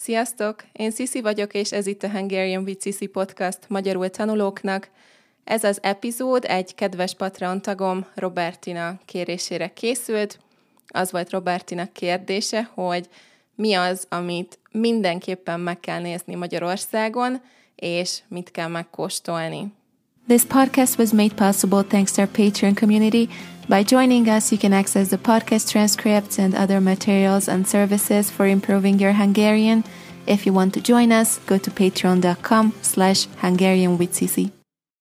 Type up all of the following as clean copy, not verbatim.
Sziasztok! Én Cici vagyok, és ez itt a Hungarian with Cici podcast magyarul tanulóknak. Ez az epizód egy kedves Patreon tagom, Robertina kérésére készült. Az volt Robertina kérdése, hogy mi az, amit mindenképpen meg kell nézni Magyarországon, és mit kell megkóstolni. This podcast was made possible thanks to our Patreon community. By joining us, you can access the podcast transcripts and other materials and services for improving your Hungarian. If you want to join us, go to patreon.com/HungarianWithCici.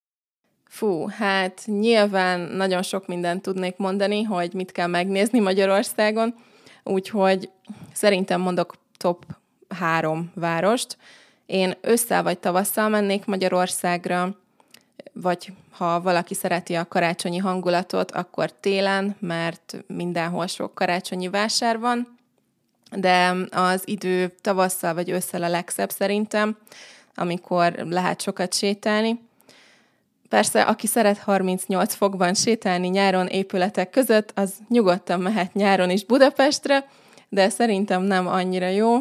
Hát nyilván nagyon sok mindent tudnék mondani, hogy mit kell megnézni Magyarországon, úgyhogy szerintem mondok top 3 várost. Én ősszel vagy tavasszal mennék Magyarországra, vagy ha valaki szereti a karácsonyi hangulatot, akkor télen, mert mindenhol sok karácsonyi vásár van, de az idő tavasszal vagy ősszel a legszebb szerintem, amikor lehet sokat sétálni. Persze, aki szeret 38 fokban sétálni nyáron épületek között, az nyugodtan mehet nyáron is Budapestre, de szerintem nem annyira jó.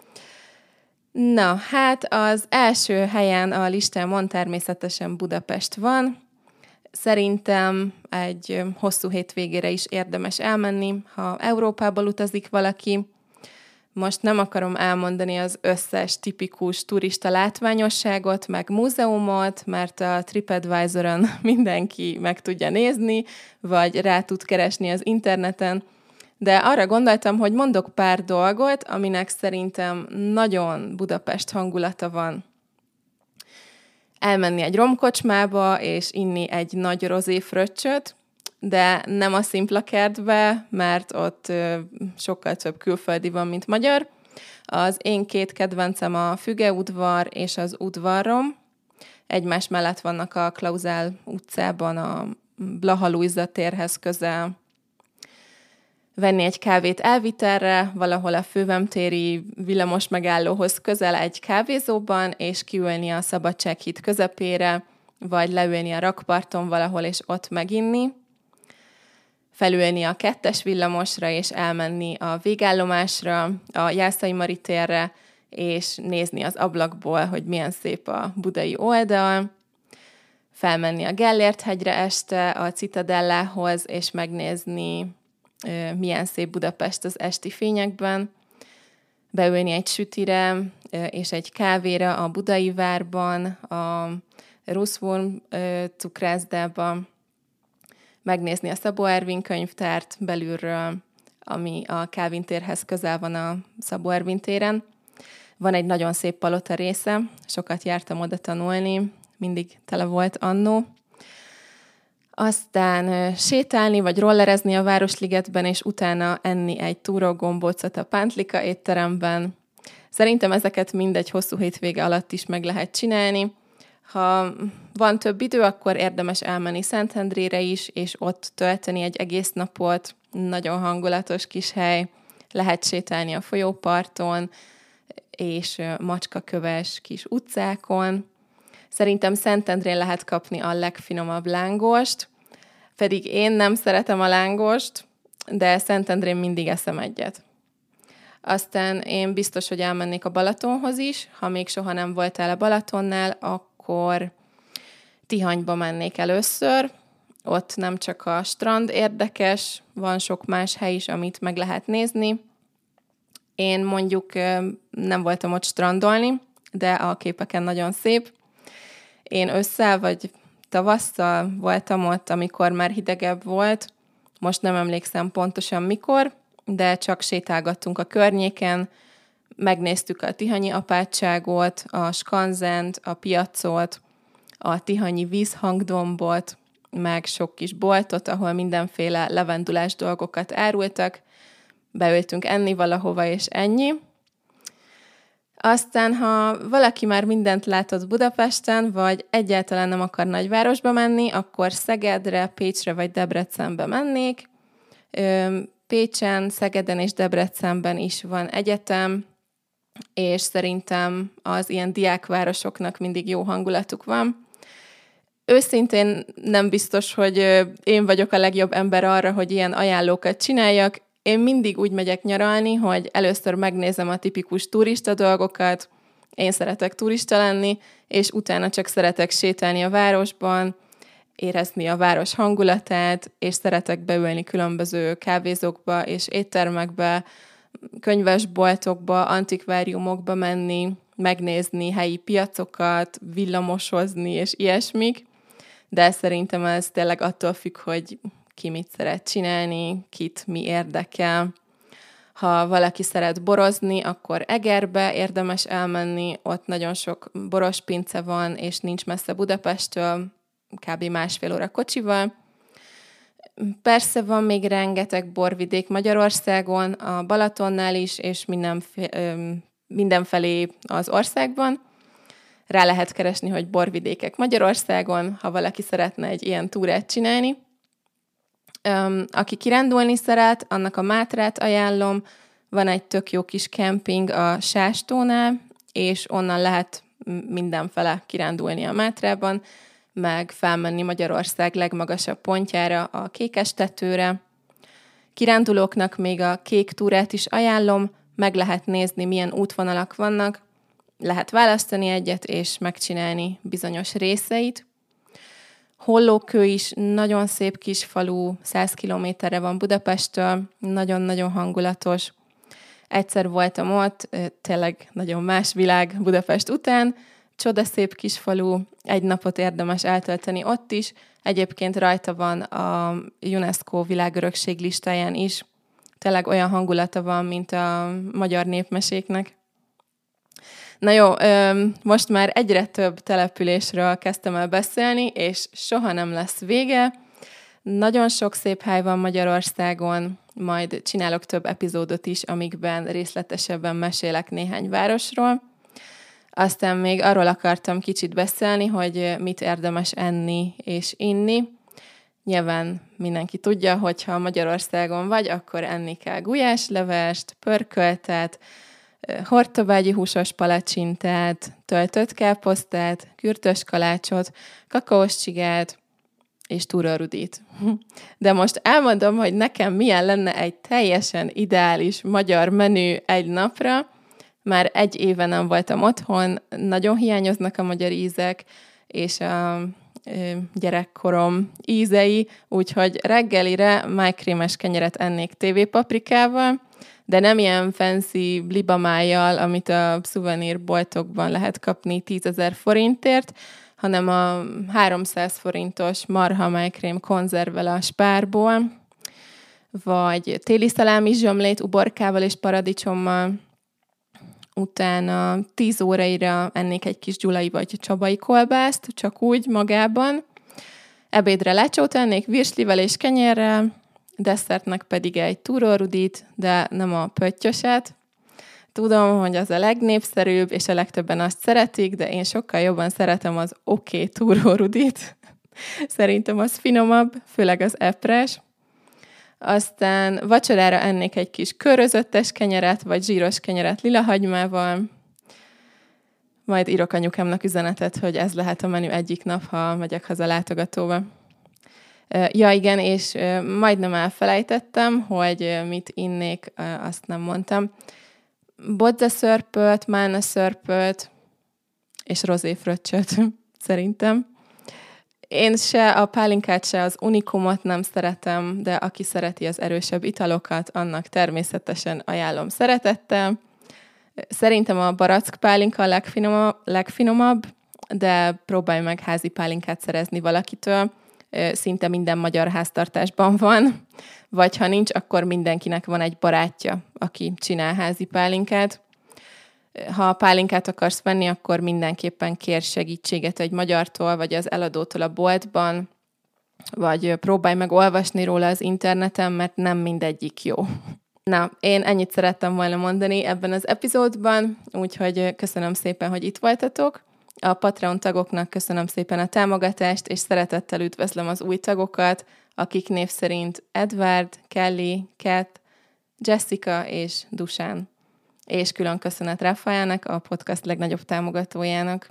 Na, hát az első helyen a listámon természetesen Budapest van. Szerintem egy hosszú hétvégére is érdemes elmenni, ha Európából utazik valaki. Most nem akarom elmondani az összes tipikus turista látványosságot, meg múzeumot, mert a TripAdvisoron mindenki meg tudja nézni, vagy rá tud keresni az interneten. De arra gondoltam, hogy mondok pár dolgot, aminek szerintem nagyon Budapest hangulata van. Elmenni egy romkocsmába, és inni egy nagy rozé fröccsöt, de nem a Szimpla kertbe, mert ott sokkal több külföldi van, mint magyar. Az én 2 kedvencem a Fügeudvar és az Udvarom. Egymás mellett vannak a Klauzál utcában, a Blaha Lujza térhez közel. Venni egy kávét elvitelre, valahol a Fővámtéri villamos megállóhoz közel egy kávézóban, és kiülni a Szabadsághíd közepére, vagy leülni a rakparton valahol, és ott meginni. Felülni a 2-es villamosra, és elmenni a végállomásra, a Jászai Mari térre, és nézni az ablakból, hogy milyen szép a budai oldal. Felmenni a Gellért-hegyre este, a Citadellához, és megnézni, milyen szép Budapest az esti fényekben. Beülni egy sütire, és egy kávéra a Budai Várban, a Ruszwurm cukrászdába, megnézni a Szabó Ervin könyvtárt belülről, ami a Kálvin térhez közel van a Szabó Ervin téren. Van egy nagyon szép palota része, sokat jártam oda tanulni, mindig tele volt annó. Aztán sétálni vagy rollerezni a Városligetben, és utána enni egy túrógombócot a Pántlika étteremben. Szerintem ezeket mindegy hosszú hétvége alatt is meg lehet csinálni. Ha van több idő, akkor érdemes elmenni Szentendrére is, és ott tölteni egy egész napot. Nagyon hangulatos kis hely. Lehet sétálni a folyóparton, és macskaköves kis utcákon. Szerintem Szentendrén lehet kapni a legfinomabb lángost, pedig én nem szeretem a lángost, de Szentendrén mindig eszem egyet. Aztán én biztos, hogy elmennék a Balatonhoz is, ha még soha nem voltál a Balatonnál, akkor Tihanyba mennék először. Ott nem csak a strand érdekes, van sok más hely is, amit meg lehet nézni. Én mondjuk nem voltam ott strandolni, de a képeken nagyon szép. Én ősszel vagy tavasszal voltam ott, amikor már hidegebb volt. Most nem emlékszem pontosan mikor, de csak sétálgattunk a környéken, megnéztük a tihanyi apátságot, a skanzent, a piacot, a tihanyi vízhangdombot, meg sok kis boltot, ahol mindenféle levendulás dolgokat árultak. Beültünk enni valahova, és ennyi. Aztán, ha valaki már mindent látott Budapesten, vagy egyáltalán nem akar nagyvárosba menni, akkor Szegedre, Pécsre vagy Debrecenbe mennék. Pécsen, Szegeden és Debrecenben is van egyetem, és szerintem az ilyen diákvárosoknak mindig jó hangulatuk van. Őszintén nem biztos, hogy én vagyok a legjobb ember arra, hogy ilyen ajánlókat csináljak. Én mindig úgy megyek nyaralni, hogy először megnézem a tipikus turista dolgokat, én szeretek turista lenni, és utána csak szeretek sétálni a városban, érezni a város hangulatát, és szeretek beülni különböző kávézókba és éttermekbe, könyvesboltokba, antikváriumokba menni, megnézni helyi piacokat, villamosozni és ilyesmik, de szerintem ez tényleg attól függ, hogy ki mit szeret csinálni, kit mi érdekel. Ha valaki szeret borozni, akkor Egerbe érdemes elmenni, ott nagyon sok borospince van, és nincs messze Budapesttől, kb. 1,5 óra kocsival. Persze van még rengeteg borvidék Magyarországon, a Balatonnál is, és mindenfelé az országban. Rá lehet keresni, hogy borvidékek Magyarországon, ha valaki szeretne egy ilyen túrát csinálni. Aki kirándulni szeret, annak a Mátrát ajánlom. Van egy tök jó kis kemping a Sástónál, és onnan lehet mindenfele kirándulni a Mátrában, meg felmenni Magyarország legmagasabb pontjára, a Kékestetőre. Kirándulóknak még a kék túrát is ajánlom, meg lehet nézni, milyen útvonalak vannak, lehet választani egyet, és megcsinálni bizonyos részeit. Hollókő is nagyon szép kis falu, 100 kilométerre van Budapesttől, nagyon-nagyon hangulatos. Egyszer voltam ott, tényleg nagyon más világ Budapest után, csodaszép kis falu, egy napot érdemes eltölteni ott is. Egyébként rajta van a UNESCO világörökség listáján is. Tényleg olyan hangulata van, mint a magyar népmeséknek. Na jó, most már egyre több településről kezdtem el beszélni, és soha nem lesz vége. Nagyon sok szép hely van Magyarországon, majd csinálok több epizódot is, amikben részletesebben mesélek néhány városról. Aztán még arról akartam kicsit beszélni, hogy mit érdemes enni és inni. Nyilván mindenki tudja, hogy ha Magyarországon vagy, akkor enni kell gulyáslevest, pörköltet, hortobágyi húsos palacsintát, töltött káposztát, kürtös kalácsot, kakaós csigát és túrórudit. De most elmondom, hogy nekem milyen lenne egy teljesen ideális magyar menü egy napra. Már 1 éve nem voltam otthon, nagyon hiányoznak a magyar ízek, és a gyerekkorom ízei, úgyhogy reggelire májkrémes kenyeret ennék tévépaprikával, de nem ilyen fancy libamájjal, amit a szuvenírboltokban lehet kapni 10 000 forintért, hanem a 300 forintos marha májkrém konzervvel a Spárból, vagy téli szalámi zsömlét uborkával és paradicsommal. Utána 10 óraira ennék egy kis gyulai vagy csabai kolbászt, csak úgy magában. Ebédre lecsót ennék virslivel és kenyérrel, desszertnek pedig egy túrórudit, de nem a pöttyöset. Tudom, hogy az a legnépszerűbb, és a legtöbben azt szeretik, de én sokkal jobban szeretem az túrórudit. Szerintem az finomabb, főleg az epres. Aztán vacsorára ennék egy kis körözöttes kenyeret, vagy zsíros kenyeret lilahagymával. Majd írok anyukámnak üzenetet, hogy ez lehet a menü egyik nap, ha megyek haza látogatóba. Ja igen, és majdnem elfelejtettem, hogy mit innék, azt nem mondtam. Bodzaszörpöt, málnaszörpöt és rozéfröccsöt, szerintem. Én se a pálinkát, se az unikumot nem szeretem, de aki szereti az erősebb italokat, annak természetesen ajánlom szeretettel. Szerintem a barack pálinka a legfinomabb, de próbálj meg házi pálinkát szerezni valakitől. Szinte minden magyar háztartásban van, vagy ha nincs, akkor mindenkinek van egy barátja, aki csinál házi pálinkát. Ha pálinkát akarsz venni, akkor mindenképpen kér segítséget egy magyartól, vagy az eladótól a boltban, vagy próbálj meg olvasni róla az interneten, mert nem mindegyik jó. Na, én ennyit szerettem volna mondani ebben az epizódban, úgyhogy köszönöm szépen, hogy itt voltatok. A Patreon tagoknak köszönöm szépen a támogatást, és szeretettel üdvözlöm az új tagokat, akik név szerint Edward, Kelly, Kat, Jessica és Dusán. És külön köszönet Rafaelnek, a podcast legnagyobb támogatójának.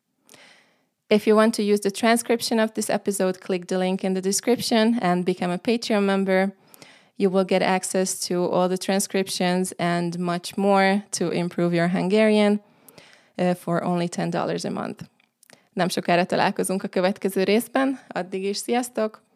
If you want to use the transcription of this episode, click the link in the description and become a Patreon member. You will get access to all the transcriptions and much more to improve your Hungarian for only $10 a month. Nem sokára találkozunk a következő részben. Addig is sziasztok!